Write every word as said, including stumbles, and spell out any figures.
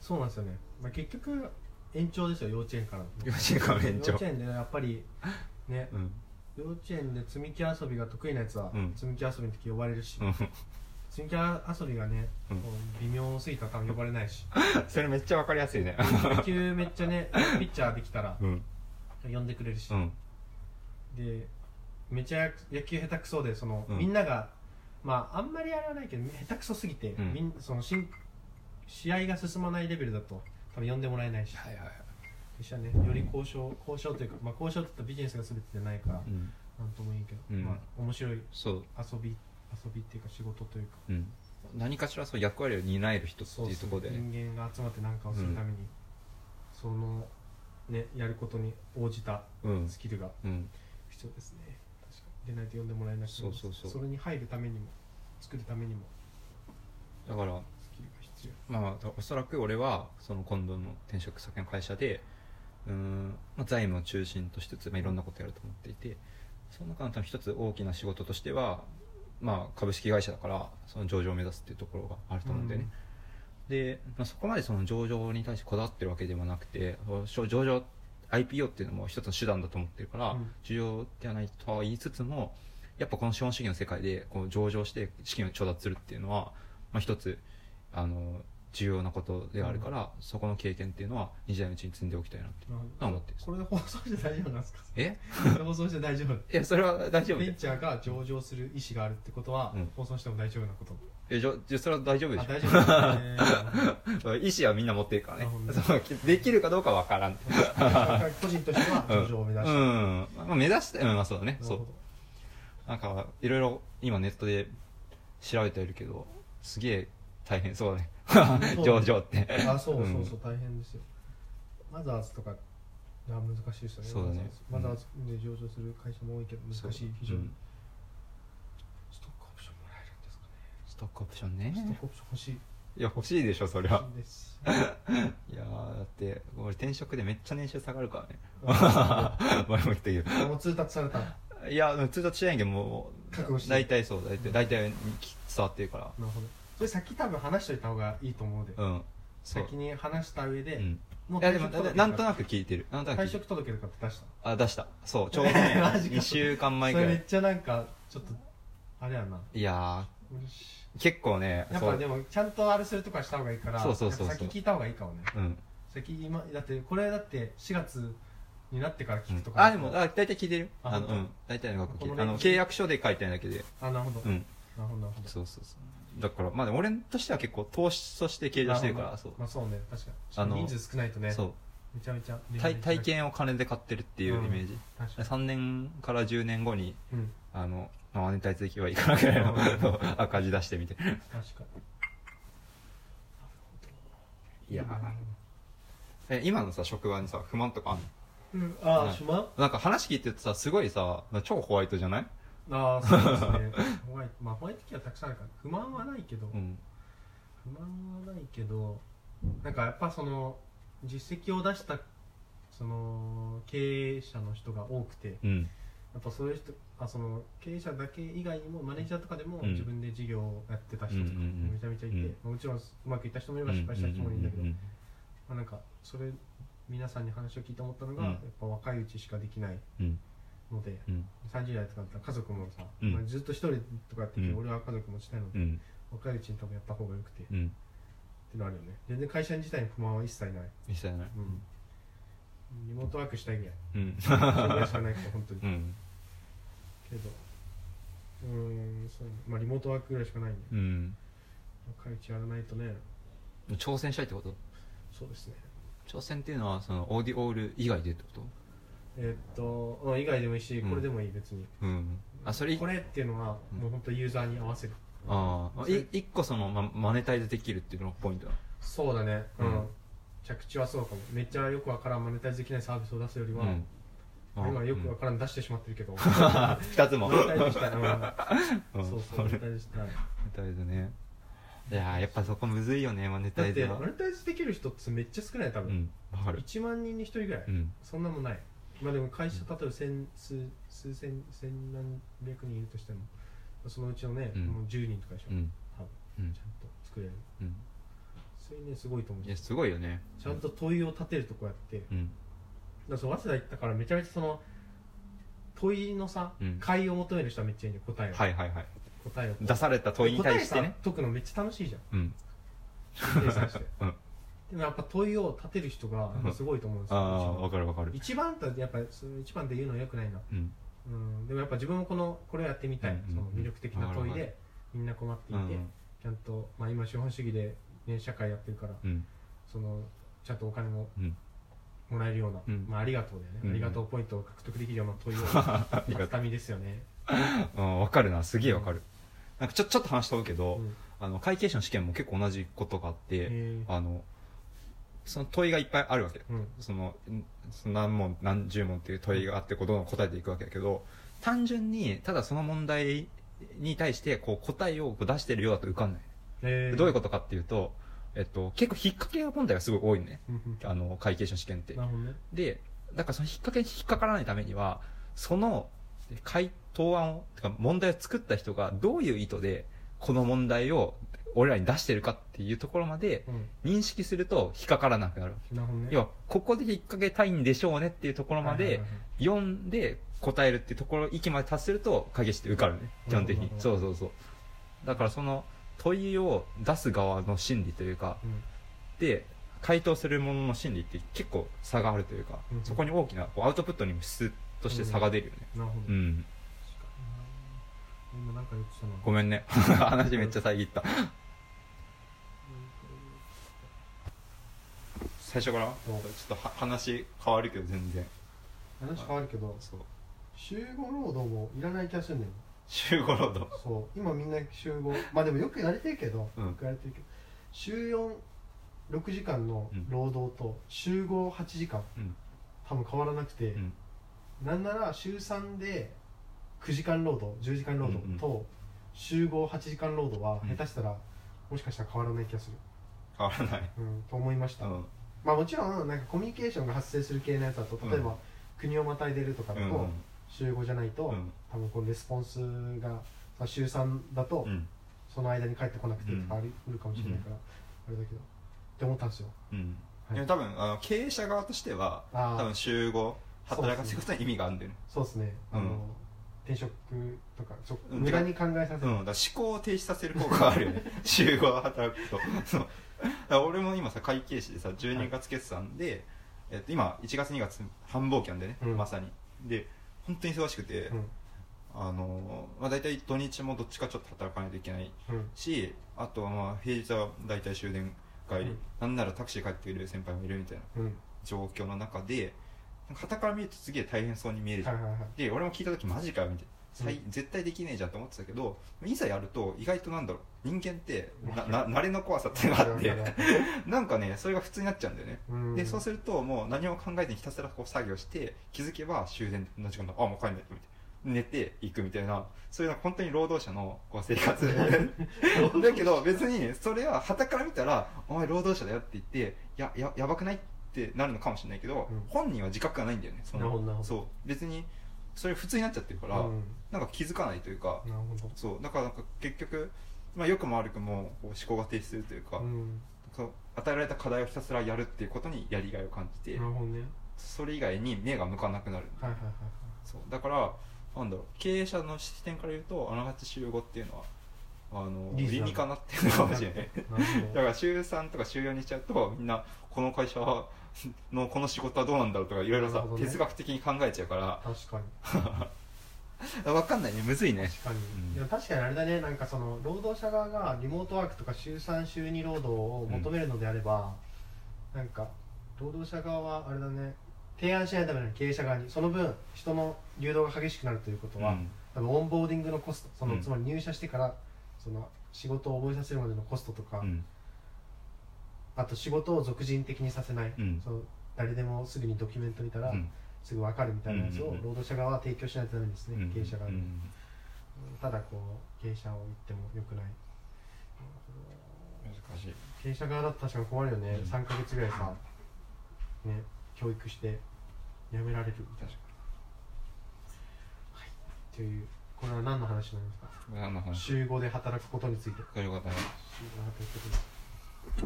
そうなんですよね、まあ、結局延長ですよ、幼稚園から幼稚園から延長。 幼稚園でやっぱりね、 うん、 幼稚園で積み木遊びが得意なやつは、 うん、 積み木遊びの時呼ばれるし、 うん、 積み木遊びがね、 うん、 こう微妙すぎたら多分呼ばれないしそれめっちゃわかりやすいね野球めっちゃねピッチャーできたら、 うん、 呼んでくれるし、 うん、 でめっちゃ野球下手くそでその、 うん、 みんながまああんまりあれはないけど下手くそすぎて、 うん、 みんそのしん試合が進まないレベルだと多分呼んでもらえないし、 はいはいはい、 そしたらねより交渉交渉というか、まあ、交渉って言ったらビジネスが全てじゃないから、 うん、 なんともいいけど、 うん、 まあ、面白いそう遊び遊びっていうか仕事というか、 うん、何かしらそう役割を担える人ってそうそういうところで、ね、 人間が集まって何かをするために、うん、そのねやることに応じたスキルが必要ですね、うん、確かにでないと呼んでもらえないし、 そうそうそう、 それに入るためにも作るためにもだからスキルが必要。 まあおそらく俺はその今度の転職先の会社でうーん、まあ、財務を中心としつつ、まあ、いろんなことやると思っていて、その中の多分一つ大きな仕事としては、まあ、株式会社だからその上場を目指すっていうところがあると思うんだよね、うん、で、まあ、そこまでその上場に対してこだわってるわけではなくて、上場 アイピーオー っていうのも一つの手段だと思ってるから、うん、重要ではないとは言いつつもやっぱこの資本主義の世界でこう上場して資金を調達するっていうのは、まあ、一つあの重要なことであるから、うん、そこの経験っていうのはにじ代のうちに積んでおきたいなって思ってる。 これで放送して大丈夫なんですか？ えこれ放送して大丈夫？いやそれは大丈夫。 ベンチャーが上場する意思があるってことは、うん、放送しても大丈夫なこと？ えじゃじゃそれは大丈夫でしょ。 大丈夫、 意思はみんな持ってるからね。できるかどうかわからん。 個人としては上場を目指して、うんうんまあ、目指して、うんまあ、そうだね。そうなんかいろいろ今ネットで調べているけどすげえ大変そうだね上場ってあそうそうそう、うん、大変ですよ。マザーズとか難しいですよね。 そうだね。 マザーズで上場する会社も多いけど難しい、非常に、うん、ストックオプションもらえるんですかね。 ストックオプションね。 ストックオプション欲しい。 いや欲しいでしょそれは。 欲しいですいやだって俺転職でめっちゃ年収下がるからね前も言ったけどもう通達された。 いや通達しないけどもう大体そう大体大体伝わってるから。 なるほど。それ先多分話しといた方がいいと思うで、うん、先に話した上で、うん、 もういやでもなんとなく聞いてる。なんとなく退職届とかって出した？ あ出したそうちょうどねにしゅうかんまえくらい。 それめっちゃなんかちょっとあれやな。 いや結構ねやっぱでもちゃんとあれするとかした方がいいから、 そうそうそうそう先聞いた方がいいかもね、うん、先今だってこれだってしがつになってから聞くとか、 うん、あでもあ大体聞いてるよ。あのうん大体の学校聞いてる。あの契約書で書いてないだけで。 あなるほど、 うん、 なるほどなるほど。 そうそうそうだからまあ俺としては結構投資として計上してるから。そうまあそうね確かにあの人数少ないとね。そうめちゃめちゃ体, 体験を金で買ってるっていうイメージ、うん、さんねんからじゅうねんごに、うん、あのマネタイズできはいいかなぐらいの赤字出してみて。確かに。いやえ今のさ職場にさ不満とかあんの？ うん、ああ不満？ なんか話聞いててさすごいさ超ホワイトじゃない？ ああそうですねホワイトまあホワイト期はたくさんあるから不満はないけど、うん、不満はないけどなんかやっぱその実績を出したその経営者の人が多くて、うん、やっぱそういう人あその経営者だけ以外にもマネージャーとかでも自分で事業をやってた人とかめちゃめちゃいて、うんうんうん、もちろんうまくいった人もいれば失敗した人もいるんだけど、うんうんうんまあ、なんかそれ皆さんに話を聞いて思ったのが、うん、やっぱ若いうちしかできないので、うん、さんじゅう代とかだったら家族もさ、うんまあ、ずっと一人とかやってきて、うん、俺は家族持ちたいので、うん、若いうちに多分やった方がよくて、うん、っていうのあるよね。全然会社自体に不満は一切ない。 一切ない、うん、 リモートワークしたいぐらい、うん、それぐらいしかないけど本当に、うん、けどうーんそう、まあ、リモートワークぐらいしかないんで、うん、若いうちやらないとね。 挑戦したいってこと？ そうですね。 挑戦っていうのはそのオーディオール以外でってこと？ えー、っと以外でもいいし、うん、これでもいい別に、うん、あそれこれっていうのは、うん、もう本当ユーザーに合わせる。 ああ一個その、ま、マネタイズできるっていうのがポイントだ。 そうだね、うん、着地はそうかも。めっちゃよくわからんマネタイズできないサービスを出すよりは、うん今よくわからん出してしまってるけど、うん、ふたつもマネタイズしたい、うん、そうそうマネタイズしたい。マネタイズね。いややっぱそこむずいよねマネタイズは。 だってマネタイズできる人ってめっちゃ少ない多分、うん、いちまんにんにひとりぐらい、うん、そんなもんない。まあでも会社例えば千数数千千何百人いるとしてもそのうちのね、うん、もうじゅうにんとかでしょ、うん、多分、うん、ちゃんと作れる、うん、 それねすごいと思う。 いやすごいよね。 ちゃんと問いを立てるとこやって、うん、だからそう早稲田行ったからめちゃめちゃその問いのさ、うん、解を求める人はめっちゃいいね、答えを。 はいはいはい。 答えを出された問いに対してね。 解くのめっちゃ楽しいじゃん。うん。計算して。うん。でもやっぱ問いを立てる人がすごいと思うんですよ。 ああ、わかるわかる。 一番ってやっぱり一番で言うのは良くないな。うん。うん。でもやっぱ自分もこのこれをやってみたい。うん、その魅力的な問いでみんな困っていて、うん、ちゃんとまあ今資本主義でね社会やってるから、うん、そのちゃんとお金も、うんもらえるような、うんまあ、ありがとうだよね、うん、ありがとうポイントを獲得できるような問いを書くためですよね。 うん、分かるな、すげえ分かる、うん、なんかちょ、ちょっと話飛ぶけど、うん、あの会計士の試験も結構同じことがあって、あのその問いがいっぱいあるわけ、うん、そのその何問何十問っていう問いがあってこうどんどん答えていくわけだけど、単純にただその問題に対してこう答えを出してるようだと受かんない。どういうことかっていうと、えっと、結構引っ掛け問題がすごい多いねあの会計士の試験って。なるほどね。でだからその引っ掛けに引っかからないためにはその回答案をてか問題を作った人がどういう意図でこの問題を俺らに出してるかっていうところまで認識すると引っかからなくなるわけ、なるほどね、要はここで引っ掛けたいんでしょうねっていうところまで読んで答えるっていうところ域まで達すると会計士って受かるね、基本的に。そうそうそう。だからその問いを出す側の心理というか、うん、で回答するものの心理って結構差があるというか、うん、そこに大きなこうアウトプットに質として差が出るよね、うん、なるほど、うん、今なんか言ってたのごめんね話めっちゃ遮った最初からちょっと話変わるけど全然話変わるけどそう週ご労働もいらない気がするんだよ。 週ご労働そう今みんな週ごまあでもよくやれてるけど、うん、よくやれてるけど週よん ろくじかんの労働と週ごはちじかん、うん、多分変わらなくて、うん、なんなら週さんでくじかん労働じゅうじかん労働と、うんうん、週ごはちじかん労働は下手したら、もしかしたら変わらない気がする。 変わらない、 うん、と思いました、うん、まあもちろんなんかコミュニケーションが発生する系のやつだと例えば、うん、国をまたいでるとかだと、うん、週ごじゃないと、うん、多分こうレスポンスが週さんだと、うん、その間に帰ってこなくてとかあるかもしれないから、うん、あれだけどって思ったんですよ、 うんはい、でも多分あの経営者側としては多分週ご働かせることに意味があるんだよね。 そうですね、あの、うん、転職とかちょ無駄に考えさせる、うん、 だから思考を停止させる効果があるよね週ご働くとそうだから俺も今さ会計士でさじゅうにがつ決算で、はいえっと、今いちがつにがつ繁忙期なんでね、うん、まさにで本当に忙しくて、うん、あのまあ、大体土日もどっちかちょっと働かないといけないし、うん、あとはまあ平日は大体終電帰り、うん、なんならタクシー帰ってくる先輩もいるみたいな状況の中で傍から見るとすげえ大変そうに見えるじゃん、はいはいはい、で俺も聞いた時マジかよみたいな、うん、絶対できねえじゃんと思ってたけどいざやると意外となんだろう人間ってなな慣れの怖さっていうのがあってなんかねそれが普通になっちゃうんだよね、うん、でそうするともう何も考えずにひたすらこう作業して気づけば終電の時間だあもう帰んないとみたいな寝ていくみたいなそういうの本当に労働者のこう生活だけど別にそれは傍から見たらお前労働者だよって言ってやややばくないってなるのかもしれないけど、うん、本人は自覚がないんだよね。そのそう別にそれ普通になっちゃってるから、うん、なんか気づかないというかなるほどそうだからなんか結局、まあ、良くも悪くもこう思考が停止するというか、うん、与えられた課題をひたすらやるっていうことにやりがいを感じてなるほど、ね、それ以外に目が向かなくなる、はいはいはいはい、そうだからなんだろう経営者の視点から言うとあながち週ごっていうのはあの理にかなっていうのかもしれないだから週さんとか週よんにしちゃうとみんなこの会社のこの仕事はどうなんだろうとかいろいろさ、ね、哲学的に考えちゃうから確かに分かんないねむずいね確かに、うん、でも確かにあれだねなんかその労働者側がリモートワークとか週さん週に労働を求めるのであれば、うん、なんか労働者側はあれだね提案しないための経営者側にその分人の流動が激しくなるということは、うん、多分オンボーディングのコストその、うん、つまり入社してからその仕事を覚えさせるまでのコストとか、うん、あと仕事を属人的にさせない、うん、その誰でもすぐにドキュメント見たら、うん、すぐ分かるみたいなやつを労働者側は提供しないとダメですね、うん、経営者側に、うん、ただこう経営者を言ってもよくない難しい経営者側だと確かに困るよね、うん、さんかげつぐらいさ、ね、教育してやめられるみたいな、はい、というこれは何の話なんですか？ 何の話？ 週ごで働くことについて。 週ごで働くことについて。